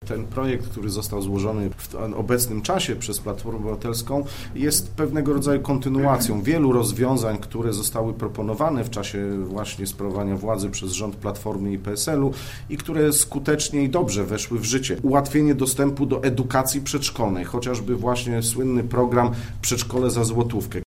ten projekt, który został złożony w obecnym czasie przez Platformę Obywatelską, jest pewnego rodzaju kontynuacją wielu rozwiązań, które zostały proponowane w czasie właśnie sprawowania władzy przez rząd Platformy i PSL-u i które skutecznie i dobrze weszły w życie. Ułatwienie dostępu do edukacji przedszkolnej, chociażby właśnie słynny program Przedszkole za złotówkę.